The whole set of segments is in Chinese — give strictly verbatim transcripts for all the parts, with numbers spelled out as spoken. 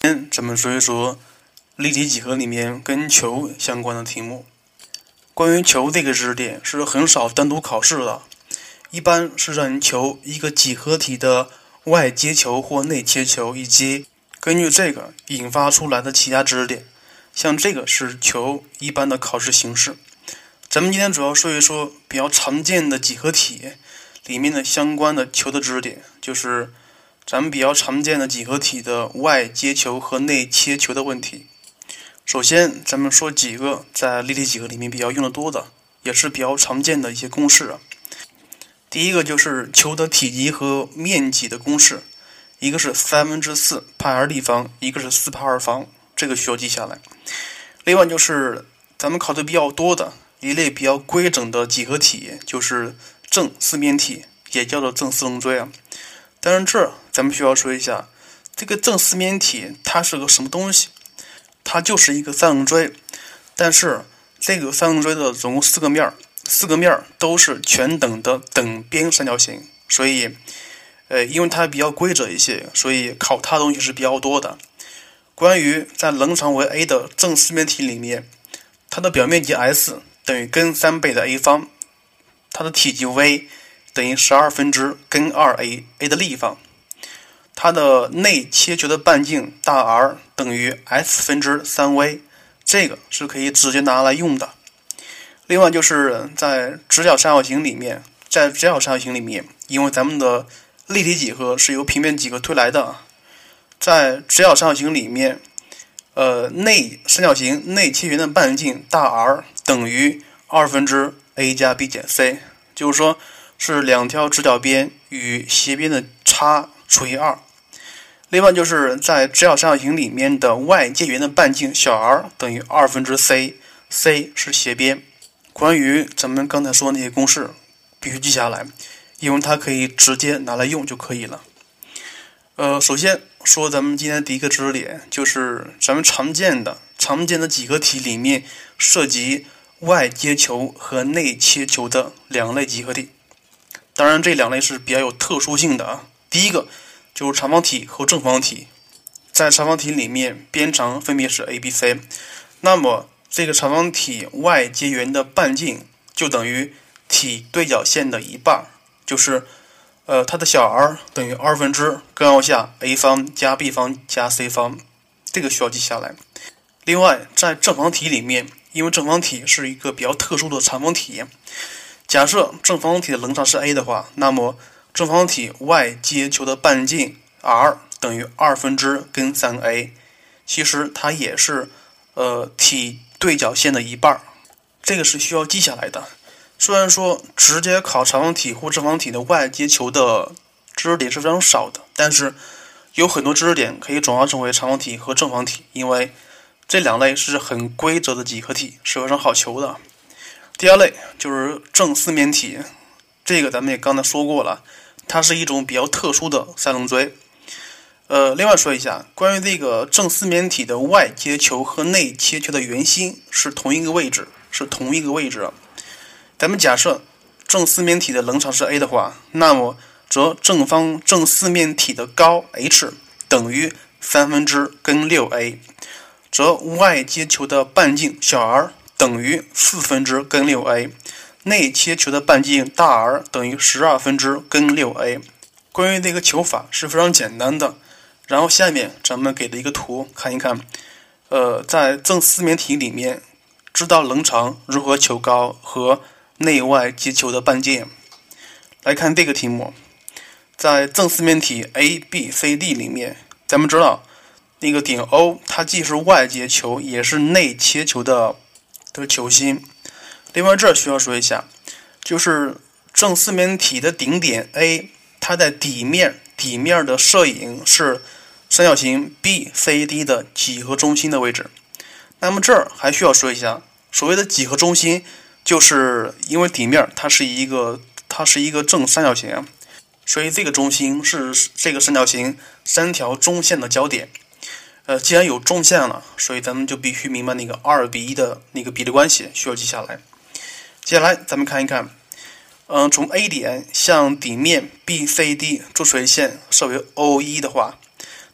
咱们说一说立体几何里面跟球相关的题目。关于球这个知识点是很少单独考试的，一般是让求一个几何体的外接球或内切球，以及根据这个引发出来的其他知识点。像这个是球一般的考试形式。咱们今天主要说一说比较常见的几何体里面的相关的球的知识点，就是咱们比较常见的几何体的外接球和内切球的问题。首先咱们说几个在立体几何里面比较用的多的，也是比较常见的一些公式啊。第一个就是球的体积和面积的公式，一个是三分之四派 r d 方，一个是四派二方，这个需要记下来。另外就是咱们考的比较多的一类比较规整的几何体，就是正四面体，也叫做正四棱锥啊。当然这咱们需要说一下，这个正四面体它是个什么东西？它就是一个三棱锥，但是这个三棱锥的总共四个面，四个面都是全等的等边三角形，所以呃，因为它比较规则一些，所以考它的东西是比较多的。关于在棱长为 a 的正四面体里面，它的表面积 S 等于根三倍的 a 方，它的体积 v 等于十二分之根二 a a 的立方，它的内切球的半径大 R 等于 S 分之 三 v， 这个是可以直接拿来用的。另外就是在直角三角形里面，在直角三角形里面，因为咱们的立体几何是由平面几何推来的，在直角三角形里面，呃，内三角形内切圆的半径大 R 等于二分之 a 加 b 减 c， 就是说是两条直角边与斜边的差除以二。另外就是在直角三角形里面的外接圆的半径小 r 等于二分之 c， c 是斜边。关于咱们刚才说的那些公式必须记下来，因为它可以直接拿来用就可以了。呃，首先说咱们今天第一个知识点，就是咱们常见的常见的几何体里面涉及外接球和内切球的两类几何体。当然这两类是比较有特殊性的啊。第一个就是长方体和正方体，在长方体里面边长分别是 A、B、C， 那么这个长方体外接圆的半径就等于体对角线的一半，就是呃它的小 r 等于二分之根号下 a 方加 b 方加 c 方，这个需要记下来。另外在正方体里面，因为正方体是一个比较特殊的长方体，假设正方体的棱长是 a 的话，那么正方体外接球的半径 r 等于二分之根 三 a， 其实它也是呃体对角线的一半，这个是需要记下来的。虽然说直接考长方体或正方体的外接球的知识点是非常少的，但是有很多知识点可以转化成为长方体和正方体，因为这两类是很规则的几何体，是非常好求的。第二类就是正四面体，这个咱们也刚才说过了，它是一种比较特殊的三棱锥。呃，另外说一下，关于这个正四面体的外接球和内切球的圆心是同一个位置，是同一个位置。咱们假设正四面体的棱长是 a 的话，那么则正方正四面体的高 h 等于三分之根 六 a， 则外接球的半径小 r 等于四分之根 六 a， 内切球的半径大 R 等于十二分之根 六 a。 关于这个求法是非常简单的。然后下面咱们给的一个图看一看，呃，在正四面体里面，知道棱长如何求高和内外接球的半径。来看这个题目，在正四面体 A、B、C、D 里面，咱们知道那个点 O 它既是外接球也是内切球的的球心。另外这需要说一下，就是正四面体的顶点 A， 它在底面底面的摄影是三角形 B C D 的几何中心的位置。那么这儿还需要说一下，所谓的几何中心，就是因为底面它是一个它是一个正三角形，所以这个中心是这个三角形三条中线的交点。呃，既然有中线了，所以咱们就必须明白那个二比一的那个比例关系，需要记下来。接下来咱们看一看，嗯、呃，从 A 点向底面 B C D 做垂线设为 O 一 的话，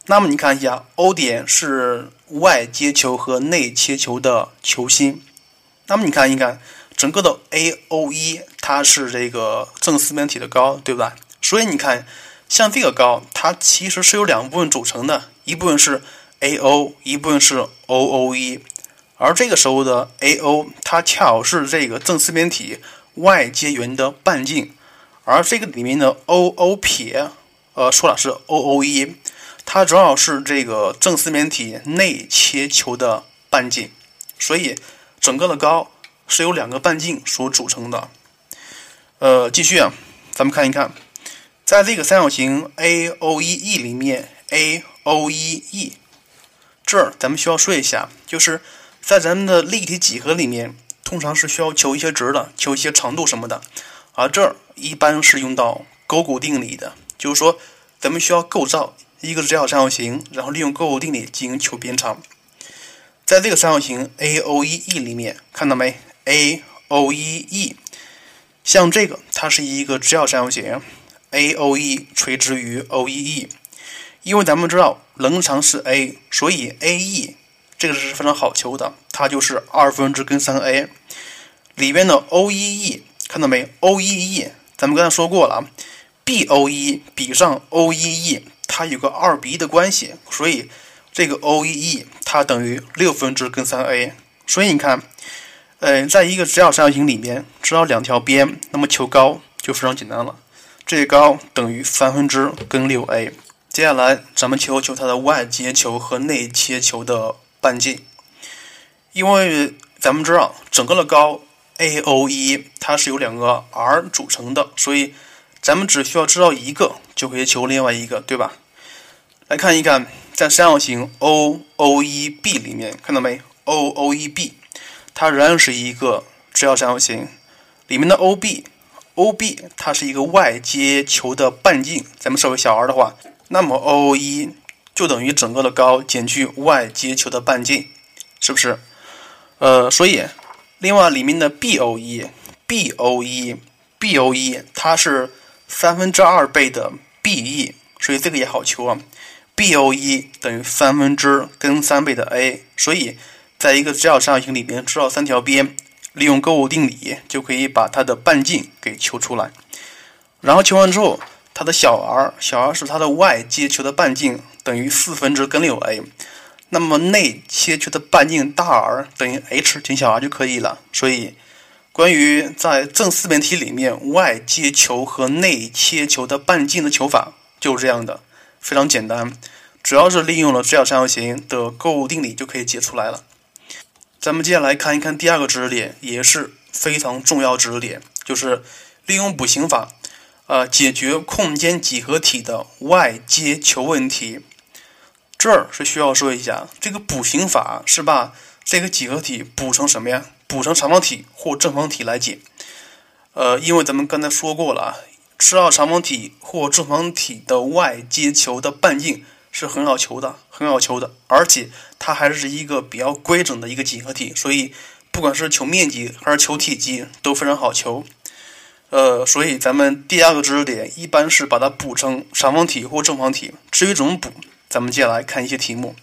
那么你看一下 ，O 点是外接球和内切球的球心。那么你看一看，整个的 A O 一 它是这个正四面体的高，对吧？所以你看，像这个高，它其实是由两部分组成的，一部分是 A O， 一部分是 O O 一。而这个时候的 A O， 它恰好是这个正四面体外接圆的半径，而这个里面的 O O 撇，呃，说了是 O O 一，它正好是这个正四面体内切球的半径，所以整个的高是由两个半径所组成的。呃，继续啊，咱们看一看，在这个三角形 A O 一 E 里面 ，A O 一 E 这儿咱们需要说一下，就是在咱们的立体几何里面，通常是需要求一些值的，求一些长度什么的，而这儿一般是用到勾股定理的，就是说咱们需要构造一个直角三角形，然后利用勾股定理进行求边长。在这个三角形 A O 一 E 里面，看到没 ？A O 一 E， 像这个它是一个直角三角形 ，A O 一 垂直于 O 一 E。因为咱们知道棱长是 A， 所以 A E 这个是非常好求的，它就是二分之根三 A。里边的 O 一 E 看到没 ？O 一 E 咱们刚才说过了 ，B O 一 比上 O 一 E， 它有个二比一的关系，所以这个 O 一 E 它等于六分之根三 A。所以你看，呃，在一个直角三角形里面，知道两条边，那么求高就非常简单了。这个高等于三分之根六 A。接下来咱们求求它的外接球和内切球的半径，因为咱们知道整个的高 A O 一 它是由两个 R 组成的，所以咱们只需要知道一个就可以求另外一个，对吧？来看一看，在三角形 O O 一 B 里面，看到没 ？O O 一 B 它仍然是一个直角三角形，里面的 O B O B 它是一个外接球的半径，咱们设为小 r 的话，那么 O O 一 就等于整个的高减去外接球的半径，是不是？呃，所以另外里面的 B O 一 B O 一 B O 一 它是三分之二倍的 B E， 所以这个也好求啊。B O 一 等于三分之根三倍的 A， 所以在一个直角三角形里面知道三条边，利用勾股定理就可以把它的半径给求出来。然后求完之后，它的小 r 小 r 是它的外接球的半径，等于四分之根六 A。那么内切球的半径大 R 等于 h 减小 r 就可以了。所以关于在正四面体里面外接球和内切球的半径的求法就是这样的，非常简单，主要是利用了直角三角形的勾股定理就可以解出来了。咱们接下来看一看第二个知识点，也是非常重要知识点，就是利用补形法呃，解决空间几何体的外接球问题。这儿是需要说一下，这个补形法是把这个几何体补成什么呀？补成长方体或正方体来解。呃，因为咱们刚才说过了，知道长方体或正方体的外接球的半径是很好求的，很好求的，而且它还是一个比较规整的一个几何体，所以不管是求面积还是求体积都非常好求。呃，所以咱们第二个知识点一般是把它补成长方体或正方体。至于怎么补，咱们接下来看一些题目。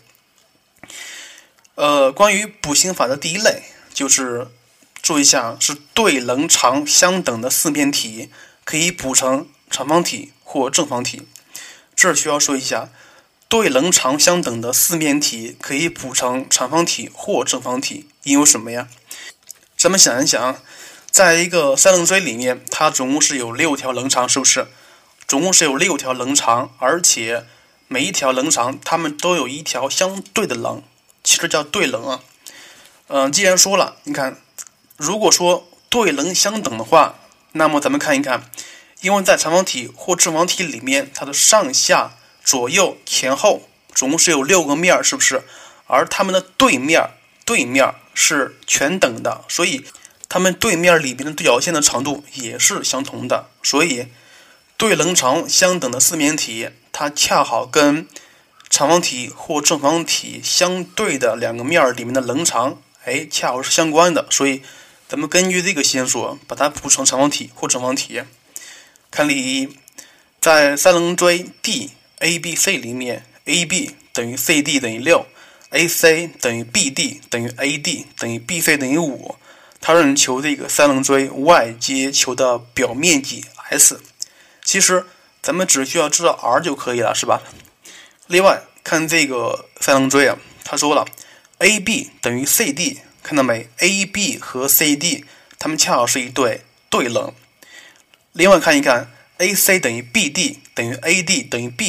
呃，关于补形法的第一类就是注意一下，是对棱长相等的四面体可以补成长方体或正方体。这儿需要说一下，对棱长相等的四面体可以补成长方体或正方体，因为什么呀？咱们想一想，在一个三棱锥里面，它总共是有六条棱长，是不是？总共是有六条棱长，而且每一条棱长它们都有一条相对的棱，其实叫对棱啊。嗯、呃，既然说了，你看，如果说对棱相等的话，那么咱们看一看，因为在长方体或正方体里面，它的上下左右前后总共是有六个面，是不是？而它们的对面对面是全等的，所以它们对面里面的对角线的长度也是相同的，所以对棱长相等的四面体，它恰好跟长方体或正方体相对的两个面里面的棱长，哎，恰好是相关的，所以咱们根据这个线索，把它补成长方体或正方体。看例一，在三棱锥 D A B C 里面 A B 等于 C D 等于六 ，A C 等于 B D 等于 A D 等于 B C 等于五。它让你求这个三棱锥 Y 接球的表面积 S。其实咱们只需要知道 R 就可以了，是吧？另外看这个三棱锥啊，他说了 A B 等于 C D， 看到没 ？A B 和 C D 它们恰好是一对对棱。另外看一看 A C 等于 B D 等于 A D 等于 B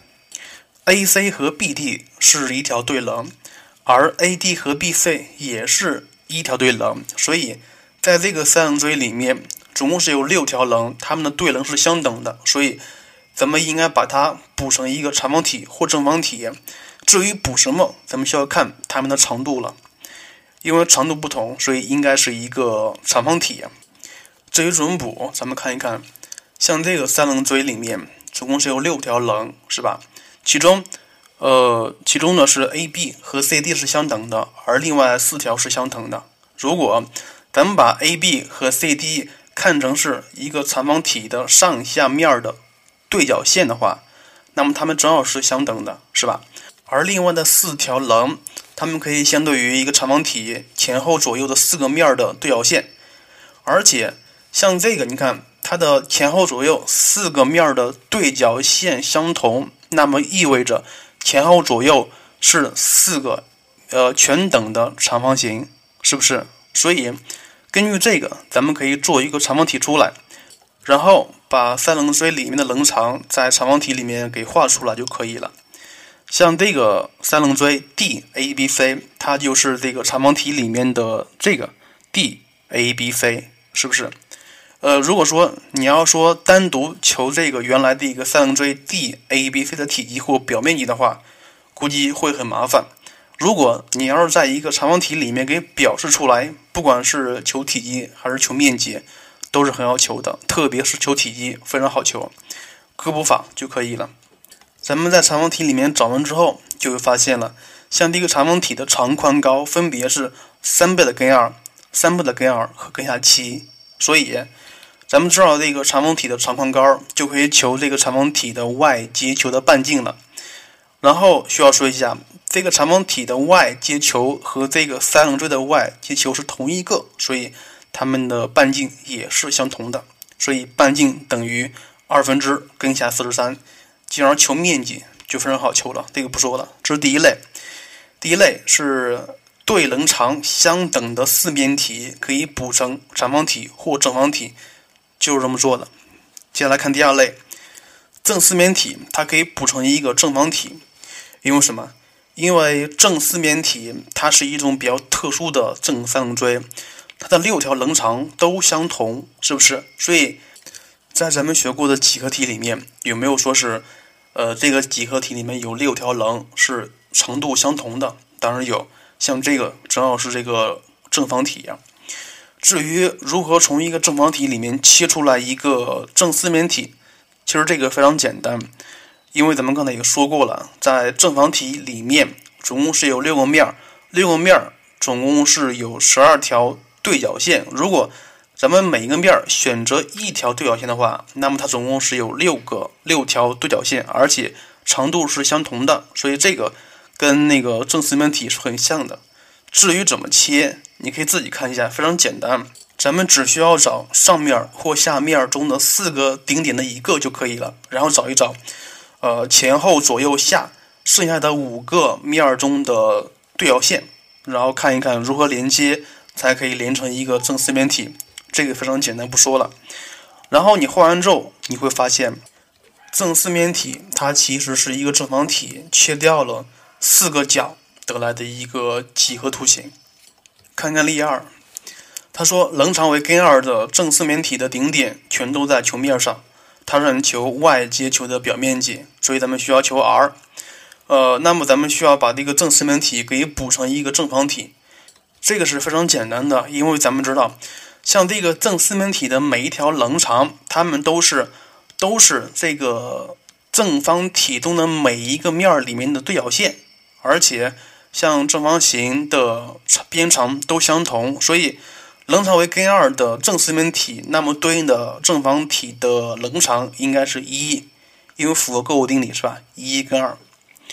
C。A C 和 B D 是一条对棱，而 A D 和 B C 也是一条对棱，所以在这个三棱锥里面总共是有六条棱，它们的对棱是相等的，所以咱们应该把它补成一个长方体或正方体。至于补什么，咱们需要看它们的长度了，因为长度不同，所以应该是一个长方体。至于怎么补，咱们看一看，像这个三棱锥里面总共是有六条棱，是吧？其中呃，其中呢是 A B 和 C D 是相等的，而另外四条是相等的。如果咱们把 A B 和 C D 看成是一个长方体的上下面的对角线的话，那么它们正好是相等的，是吧？而另外的四条棱，它们可以相对于一个长方体前后左右的四个面的对角线。而且像这个，你看它的前后左右四个面的对角线相同，那么意味着前后左右是四个呃全等的长方形，是不是？所以根据这个，咱们可以做一个长方体出来，然后把三棱锥里面的棱长在长方体里面给画出来就可以了。像这个三棱锥 D A B C， 它就是这个长方体里面的这个 D A B C， 是不是？呃，如果说你要说单独求这个原来的一个三棱锥 D A B C 的体积或表面积的话，估计会很麻烦。如果你要是在一个长方体里面给表示出来，不管是求体积还是求面积，都是很好求的，特别是求体积非常好求，科普法就可以了。咱们在长方体里面找完之后，就会发现了，像这个长方体的长宽高分别是三倍的根二、三倍的根二和根下七，所以咱们知道这个长方体的长宽高，就可以求这个长方体的 Y 接球的半径了。然后需要说一下，这个长方体的 Y 接球和这个三棱锥的 Y 接球是同一个，所以它们的半径也是相同的，所以半径等于二分之根下四十三。进而求面积就非常好求了，这个不说了。这是第一类。第一类是对棱长相等的四边体可以补成长方体或正方体，就是这么做的。接下来看第二类，正四边体它可以补成一个正方体，因为什么？因为正四边体它是一种比较特殊的正三棱锥，它的六条棱长都相同，是不是？所以在咱们学过的几何题里面，有没有说是呃，这个几何体里面有六条棱是长度相同的？当然有，像这个正好是这个正方体呀。至于如何从一个正方体里面切出来一个正四边体，其实这个非常简单，因为咱们刚才也说过了，在正方体里面总共是有六个面，六个面总共是有十二条对角线。如果咱们每一个面选择一条对角线的话，那么它总共是有六个六条对角线，而且长度是相同的，所以这个跟那个正四边体是很像的。至于怎么切，你可以自己看一下，非常简单。咱们只需要找上面或下面中的四个顶点的一个就可以了，然后找一找，呃，前后左右下剩下的五个面中的对角线，然后看一看如何连接才可以连成一个正四边体。这个非常简单，不说了。然后你画完之后，你会发现正四边体它其实是一个正方体切掉了四个角得来的一个几何图形。看看例二，他说棱长为根二的正四边体的顶点全都在球面上，它让你求 Y 接球的表面积，所以咱们需要求 R。呃，那么咱们需要把这个正四边体给补成一个正方体，这个是非常简单的，因为咱们知道，像这个正四边体的每一条棱长，它们都是都是这个正方体中的每一个面里面的对角线，而且像正方形的边长都相同，所以棱长为根二的正四边体，那么对应的正方体的棱长应该是一，因为符合勾股定理是吧？一根二。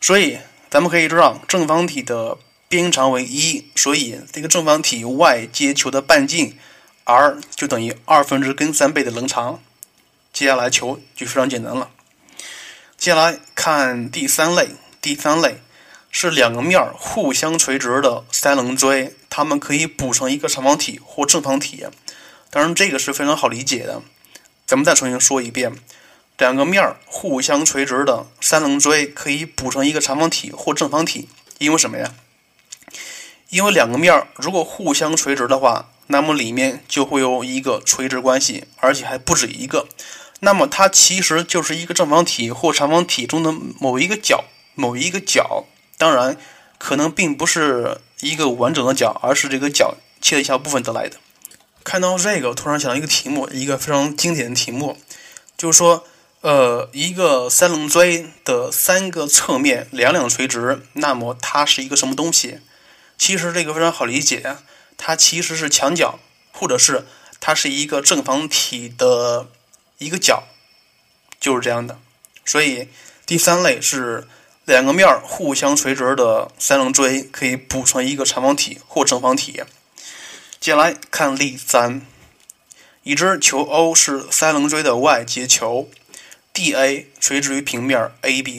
所以咱们可以知道正方体的边长为一，所以这个正方体 y 接球的半径 r 就等于二分之根三倍的棱长。接下来求就非常简单了。接下来看第三类，第三类是两个面互相垂直的三棱锥，它们可以补成一个长方体或正方体。当然这个是非常好理解的，咱们再重新说一遍，两个面互相垂直的三棱锥可以补成一个长方体或正方体，因为什么呀？因为两个面如果互相垂直的话，那么里面就会有一个垂直关系，而且还不止一个。那么它其实就是一个正方体或长方体中的某一个角，某一个角，当然可能并不是一个完整的角，而是这个角切的一小部分得来的。看到这个，突然想到一个题目，一个非常经典的题目，就是说，呃，一个三棱锥的三个侧面两两垂直，那么它是一个什么东西？其实这个非常好理解，它其实是墙角，或者是它是一个正方体的一个角，就是这样的。所以第三类是两个面互相垂直的三棱锥可以补成一个长方体或正方体。接下来看例三，已知球 O 是三棱锥的 y 接球 ，D A 垂直于平面 A B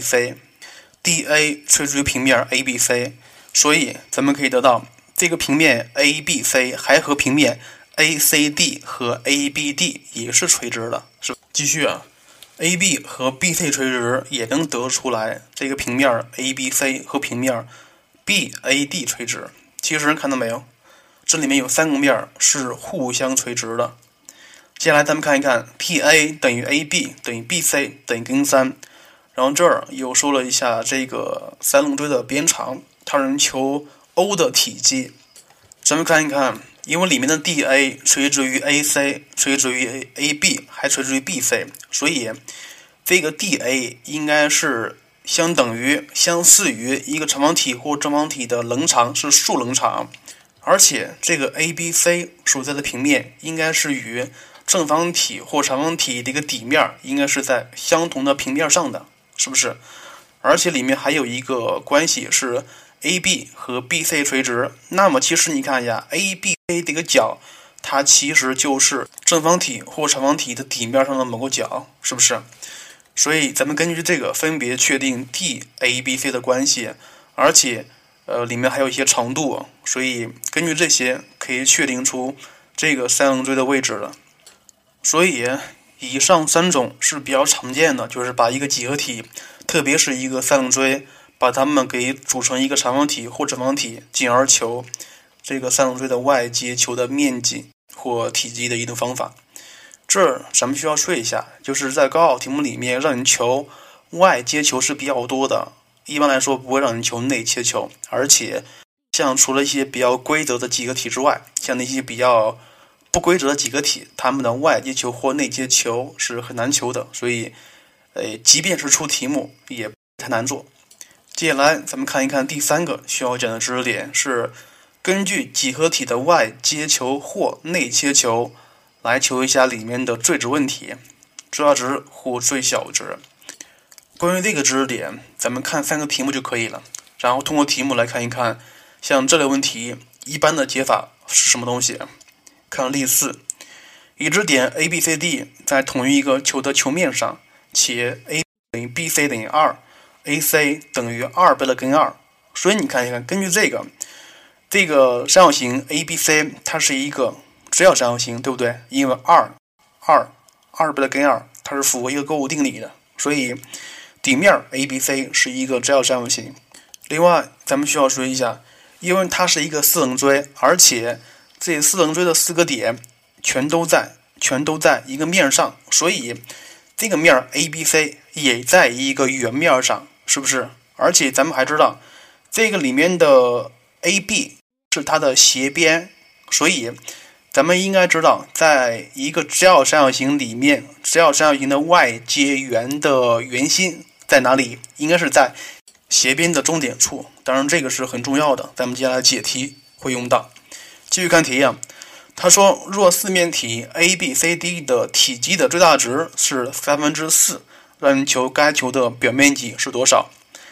C，D A 垂直于平面 A B C， 所以咱们可以得到这个平面 A B C 还和平面 A C D 和 A B D 也是垂直的，是吧？继续啊 ，A B 和 B C 垂直也能得出来这个平面 A B C 和平面 B A D 垂直。其实看到没有？这里面有三个面是互相垂直的。接下来咱们看一看 P A 等于 A B 等于 B C 等于根三，然后这儿又说了一下这个三棱锥的边长，它让人求 O 的体积。咱们看一看，因为里面的 D A 垂直于 A C， 垂直于 A B， 还垂直于 B C， 所以这个 D A 应该是相等于相似于一个长方体或正方体的棱长，是竖棱长。而且这个 A B C 所在的平面应该是与正方体或长方体的一个底面应该是在相同的平面上的，是不是？而且里面还有一个关系是 A B 和 B C 垂直，那么其实你看一下 A B C 这个角，它其实就是正方体或长方体的底面上的某个角，是不是？所以咱们根据这个分别确定 D A B C 的关系，而且呃，里面还有一些长度，所以根据这些可以确定出这个三棱锥的位置了。所以以上三种是比较常见的，就是把一个几何体，特别是一个三棱锥，把它们给组成一个长方体或正方体，进而求这个三棱锥的 y 接球的面积或体积的一种方法。这儿咱们需要说一下，就是在高考题目里面让你求 y 接球是比较多的。一般来说不会让你求内切球，而且像除了一些比较规则的几何体之外，像那些比较不规则的几何体，它们的外接球或内接球是很难求的，所以呃，即便是出题目也不太难做。接下来咱们看一看第三个需要讲的知识点，是根据几何体的外接球或内切球来求一下里面的最值问题，最大值或最小值。关于这个知识点，咱们看三个题目就可以了，然后通过题目来看一看，像这类问题一般的解法是什么东西。看例四，已知点 A B C D 在同一个球的球面上，且 A 等于 B C 等于二 ，A C 等于二倍的根二。所以你看一看，根据这个，这个三角形 A B C 它是一个直角三角形，对不对？因为二二二倍的根二，它是符合一个勾股定理的，所以底面 A B C 是一个直角三角形。另外咱们需要说一下，因为它是一个四棱锥，而且这四棱锥的四个点全都在全都在一个面上，所以这个面 A B C 也在一个圆面上，是不是？而且咱们还知道这个里面的 A B 是它的斜边，所以咱们应该知道，在一个直角三角形里面，直角三角形的 y 接圆的圆心在哪里？应该是在斜边的中点处。当然这个是很重要的，咱们接下来解题会用到。继续看题啊，他说若四面体 A B C D 的体积的最大值是三分之四，让你求该球的表面积是多少？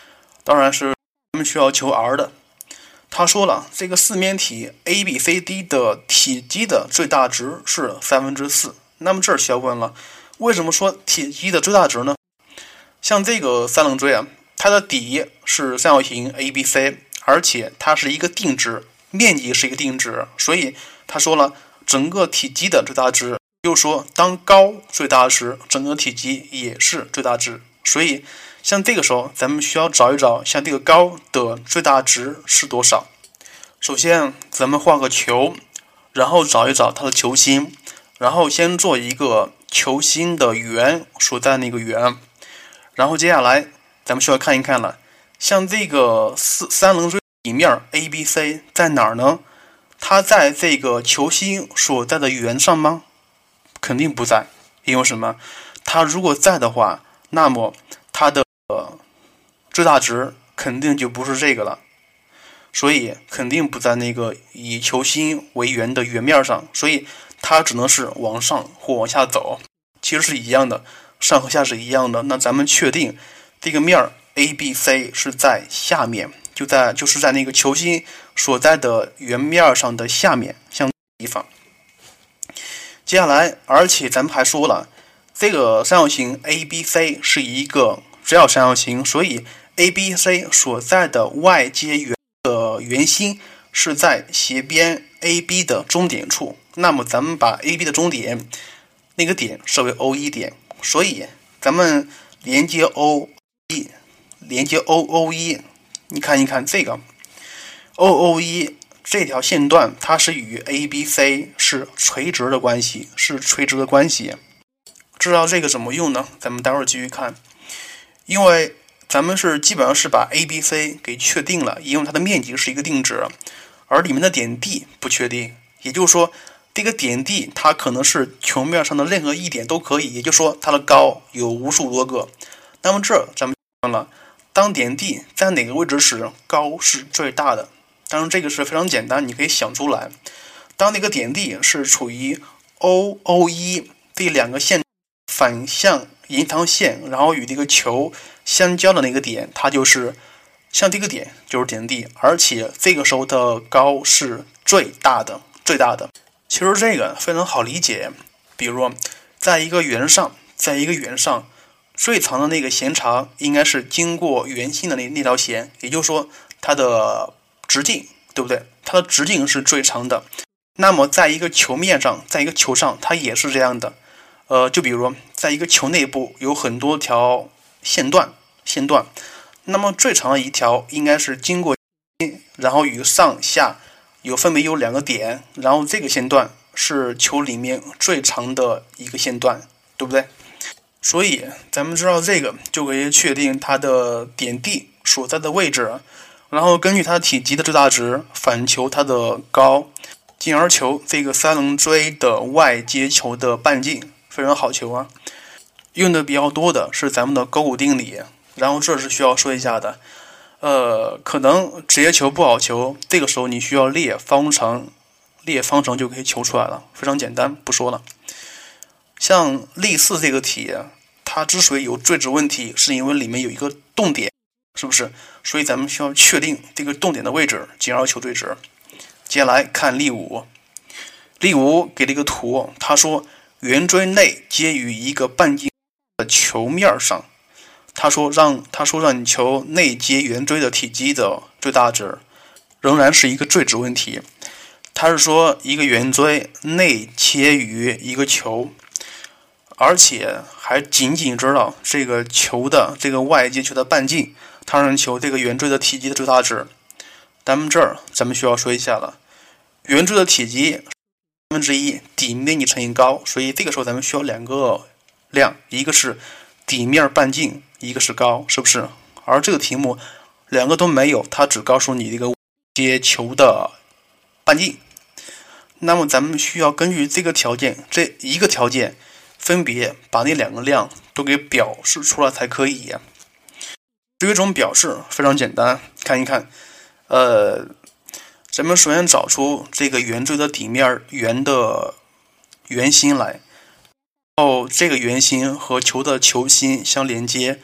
当然是咱们需要求 r 的。他说了，这个四面体 A B C D 的体积的最大值是三分之四。那么这儿需要问了，为什么说体积的最大值呢？像这个三棱锥啊，它的底是三角形 A B C， 而且它是一个定值，面积是一个定值，所以他说了整个体积的最大值，就是说当高最大时，整个体积也是最大值。所以像这个时候咱们需要找一找像这个高的最大值是多少。首先咱们画个球，然后找一找它的球心，然后先做一个球心的圆所在那个圆，然后接下来咱们需要看一看了，像这个四三棱锥底面 A B C 在哪儿呢？它在这个球心所在的圆上吗？肯定不在，因为什么？它如果在的话，那么它的最大值肯定就不是这个了，所以肯定不在那个以球心为圆的圆面上，所以它只能是往上或往下走，其实是一样的，上和下是一样的。那咱们确定这个面 A B C 是在下面，就在就是在那个球心所在的圆面上的下面，像这个地方。接下来，而且咱们还说了，这个三角形 A B C 是一个直角三角形，所以 A B C 所在的外接圆的圆心是在斜边 A B 的中点处。那么咱们把 A B 的中点那个点设为 O 一 点，所以咱们连接 O 一，连接 O O 一，你看一看这个 O O 一。这条线段它是与 A B C 是垂直的关系，是垂直的关系。知道这个怎么用呢？咱们待会儿继续看。因为咱们是基本上是把 A B C 给确定了，因为它的面积是一个定值，而里面的点 D 不确定。也就是说，这个点 D 它可能是球面上的任何一点都可以，也就是说它的高有无数多个。那么这咱们看了，当点 D 在哪个位置时，高是最大的。当然这个是非常简单，你可以想出来。当那个点 D 是处于 O O 一 这两个线反向延长线，然后与这个球相交的那个点，它就是像这个点就是点 D， 而且这个时候的高是最大的，最大的。其实这个非常好理解，比如在一个圆上，在一个圆上最长的那个弦长应该是经过圆心的那那条弦，也就是说它的直径，对不对？它的直径是最长的。那么在一个球面上，在一个球上，它也是这样的。呃，就比如在一个球内部有很多条线段，线段。那么最长的一条应该是经过，然后与上下有分别有两个点，然后这个线段是球里面最长的一个线段，对不对？所以咱们知道这个，就可以确定它的点 D 所在的位置。然后根据它的体积的最大值反求它的高，进而求这个三棱锥的外接球的半径，非常好求啊。用的比较多的是咱们的勾股定理，然后这是需要说一下的。呃，可能直接求不好求，这个时候你需要列方程，列方程就可以求出来了，非常简单，不说了。像例四这个题，它之所以有坠值问题，是因为里面有一个动点。是不是？所以咱们需要确定这个动点的位置，进而求对值。接下来看例五，例五给了一个图，他说圆锥内接于一个半径的球面上，他说让他说让你求内接圆锥的体积的最大值，仍然是一个坠值问题。他是说一个圆锥内切于一个球，而且还仅仅知道这个球的这个外接球的半径。他让求这个圆锥的体积的最大值，咱们这儿咱们需要说一下了。圆锥的体积三分之一底面积乘以高，所以这个时候咱们需要两个量，一个是底面半径，一个是高，是不是？而这个题目两个都没有，它只告诉你这个接球的半径。那么咱们需要根据这个条件，这一个条件分别把那两个量都给表示出来才可以。这一种表示非常简单，看一看，呃，咱们首先找出这个圆锥的底面圆的圆心来，然后这个圆心和球的球心相连接，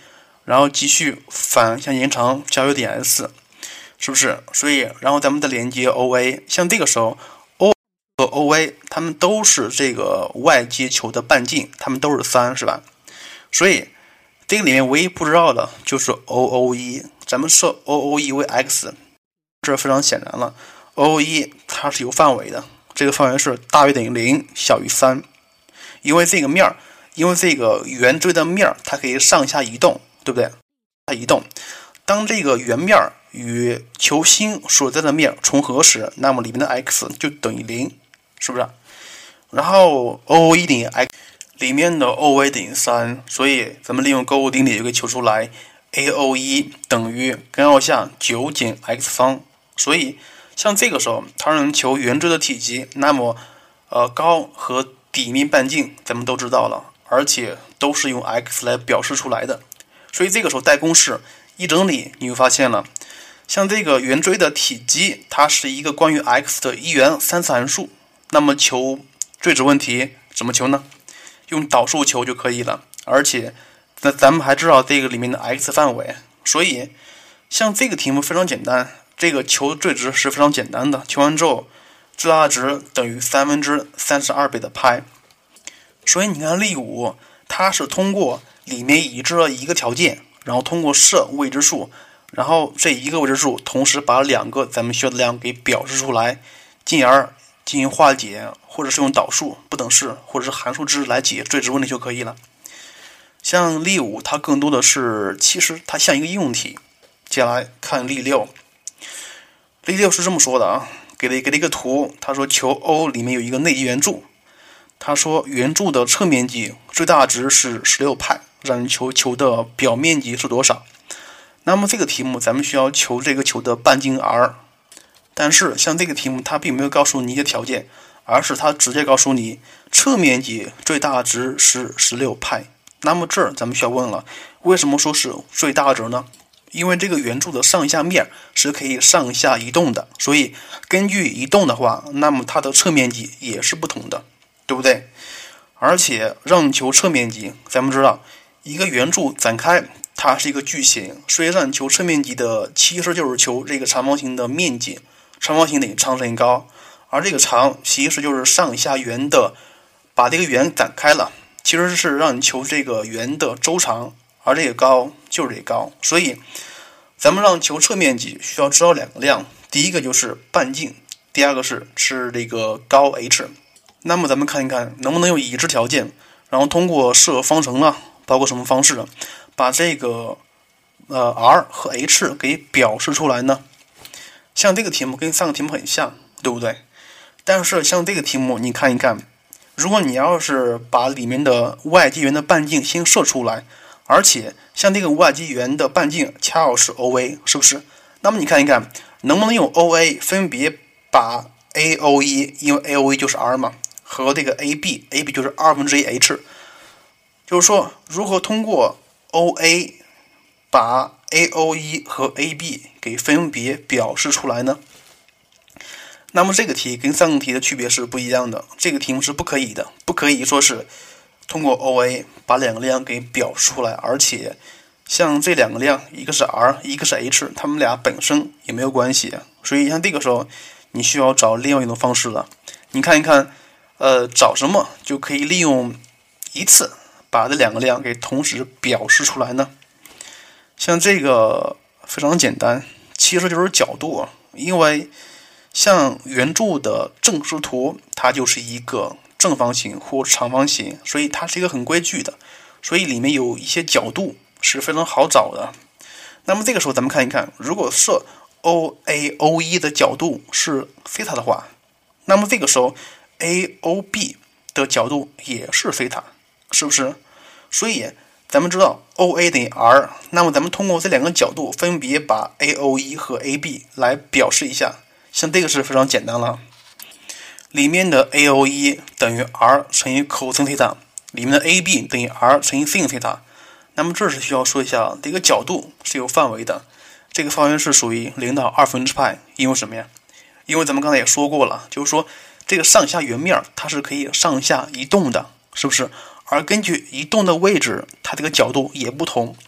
然后继续反向延长交由点 S， 是不是？所以然后咱们再连接 O A， 像这个时候 O 和 O A 它们都是这个外接球的半径，它们都是三，是吧？所以这个里面唯一不知道的就是 O O 一， 咱们设 O O 一 为 x， 这非常显然了， O O 一 它是有范围的，这个范围是大于等于零，小于三。因为这个面因为这个圆锥的面它可以上下移动，对不对？它移动，当这个圆面与球心所在的面重合时，那么里面的 x 就等于零，是不是？然后 O O 一 等于 x， 里面的 O A 等于三，所以咱们利用勾股定理就可以求出来 A O 一 等于根号下九减 x 方。所以像这个时候它让求圆锥的体积，那么呃高和底面半径咱们都知道了，而且都是用 x 来表示出来的。所以这个时候带公式一整理，你就发现了，像这个圆锥的体积，它是一个关于 x 的一元三次函数。那么求最值问题怎么求呢？用导数求就可以了。而且那咱们还知道这个里面的 x 范围，所以像这个题目非常简单，这个求最值是非常简单的。求完之后，最大值等于三分之三十二倍的派。所以你看例五，它是通过里面已知的一个条件，然后通过设未知数，然后这一个未知数同时把两个咱们需要的量给表示出来，进而进行化解，或者是用导数、不等式或者是函数值来解最值问题就可以了。像例五它更多的是其实它像一个应用题。接下来看例六，例六是这么说的啊，给了给了一个图，他说求 O 里面有一个内积圆柱，他说圆柱的侧面积最大值是十六派，让人求球的表面积是多少？那么这个题目咱们需要求这个球的半径 r， 但是像这个题目它并没有告诉你一个条件，而是它直接告诉你侧面积最大值是十六派。那么这儿咱们需要问了，为什么说是最大值呢？因为这个圆柱的上下面是可以上下移动的，所以根据移动的话，那么它的侧面积也是不同的，对不对？而且让求侧面积，咱们知道一个圆柱展开它是一个矩形，所以让求侧面积的其实就是求这个长方形的面积，长方形等于长乘以高，而这个长其实就是上下圆的，把这个圆展开了，其实是让你求这个圆的周长，而这个高就是这个高。所以咱们让求侧面积需要知道两个量，第一个就是半径，第二个是是这个高 h。 那么咱们看一看能不能用已知条件，然后通过设方程了，包括什么方式，把这个呃 r 和 h 给表示出来呢？像这个题目跟上个题目很像，对不对？但是像这个题目你看一看，如果你要是把里面的外接圆的半径先设出来，而且像这个外接圆的半径恰好是 O A， 是不是？那么你看一看能不能用 O A 分别把 A O 一， 因为 A O 一 就是 r 嘛，和这个 A B， A B 就是二分之一 h， 就是说如何通过 O A 把 A O 一 和 A B 给分别表示出来呢？那么这个题跟上个题的区别是不一样的，这个题目是不可以的，不可以说是通过 O A 把两个量给表示出来，而且像这两个量，一个是 r， 一个是 h， 它们俩本身也没有关系，所以像这个时候你需要找另外一种方式了。你看一看，呃，找什么就可以利用一次把这两个量给同时表示出来呢？像这个非常简单，其实就是角度，因为像圆柱的正视图，它就是一个正方形或长方形，所以它是一个很规矩的，所以里面有一些角度是非常好找的。那么这个时候咱们看一看，如果设 O A O 一 的角度是西塔的话，那么这个时候 A O B 的角度也是西塔，是不是？所以咱们知道 O A 等于 r， 那么咱们通过这两个角度分别把 A O 一 和 A B 来表示一下，像这个是非常简单了。里面的 A O 一 等于 r 乘以 cos 西塔，里面的 A B 等于 r 乘以 sin 西塔。那么这是需要说一下，这个角度是有范围的，这个范围是属于零到二分之派，因为什么呀？因为咱们刚才也说过了，就是说这个上下圆面它是可以上下移动的，是不是？而根据移动的位置，它这个角度也不同。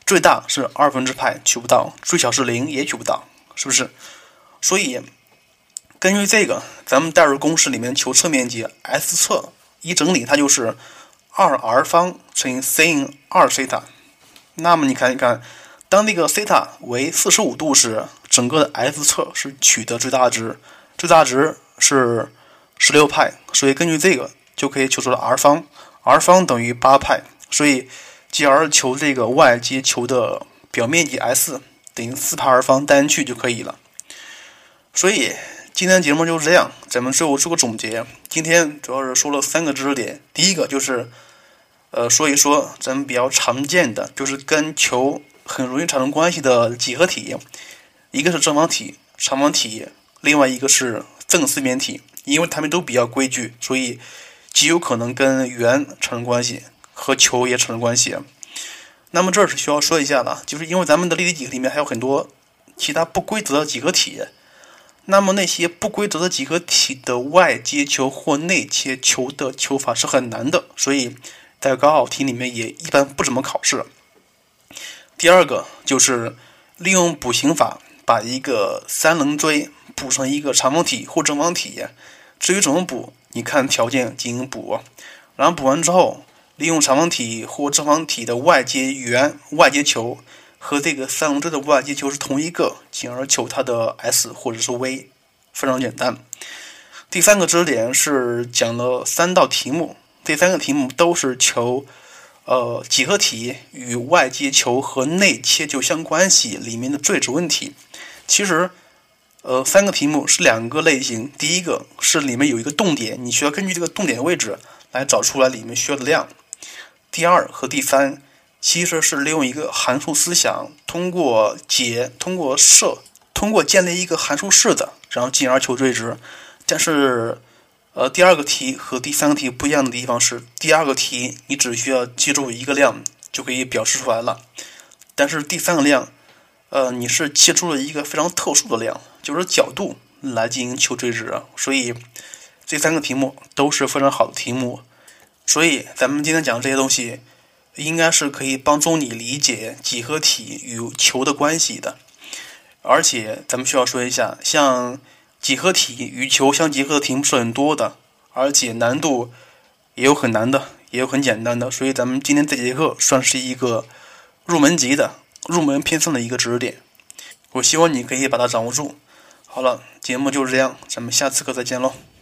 最大是二分之派取不到，最小是零也取不到，是不是？所以根据这个，咱们代入公式里面求侧面积 S 侧一整理，它就是二 r 方乘以 sin 二西塔。那么你看一看，当那个西塔为四十五度时，整个的 S 侧是取得最大值，最大值是十六派，所以根据这个就可以求出了 r 方 ，r 方等于八派，所以继而求这个 y 接球的表面积 S 等于四派 r 方单去就可以了。所以今天节目就是这样，咱们最后做个总结。今天主要是说了三个知识点，第一个就是呃说一说咱们比较常见的，就是跟球很容易产生关系的几何体，一个是正方体、长方体，另外一个是正四面体。因为它们都比较规矩，所以极有可能跟圆产生关系，和球也产生关系。那么这儿是需要说一下的，就是因为咱们的立体几何里面还有很多其他不规则的几何体，那么那些不规则的几何体的外接球或内切球的求法是很难的，所以在高考题里面也一般不怎么考试。第二个就是利用补形法把一个三棱锥补成一个长方体或正方体，至于怎么补，你看条件进行补，然后补完之后，利用长方体或正方体的外接圆外接球和这个三棱锥的外接球是同一个，进而求它的 S 或者是 V， 非常简单。第三个知识点是讲了三道题目，这三个题目都是求呃几何体与外接球和内切球相关系里面的最值问题。其实呃，三个题目是两个类型，第一个是里面有一个动点，你需要根据这个动点位置来找出来里面需要的量。第二和第三其实是利用一个函数思想，通过解、通过设、通过建立一个函数式子，然后进而求最值。但是，呃，第二个题和第三个题不一样的地方是，第二个题你只需要记住一个量就可以表示出来了，但是第三个量，呃，你是切出了一个非常特殊的量，就是角度来进行求最值，所以这三个题目都是非常好的题目。所以咱们今天讲这些东西，应该是可以帮助你理解几何体与球的关系的。而且咱们需要说一下，像几何体与球相结合的题目是很多的，而且难度也有很难的，也有很简单的。所以咱们今天这节课算是一个入门级的、入门偏上的一个知识点。我希望你可以把它掌握住。好了，节目就是这样，咱们下次课再见喽。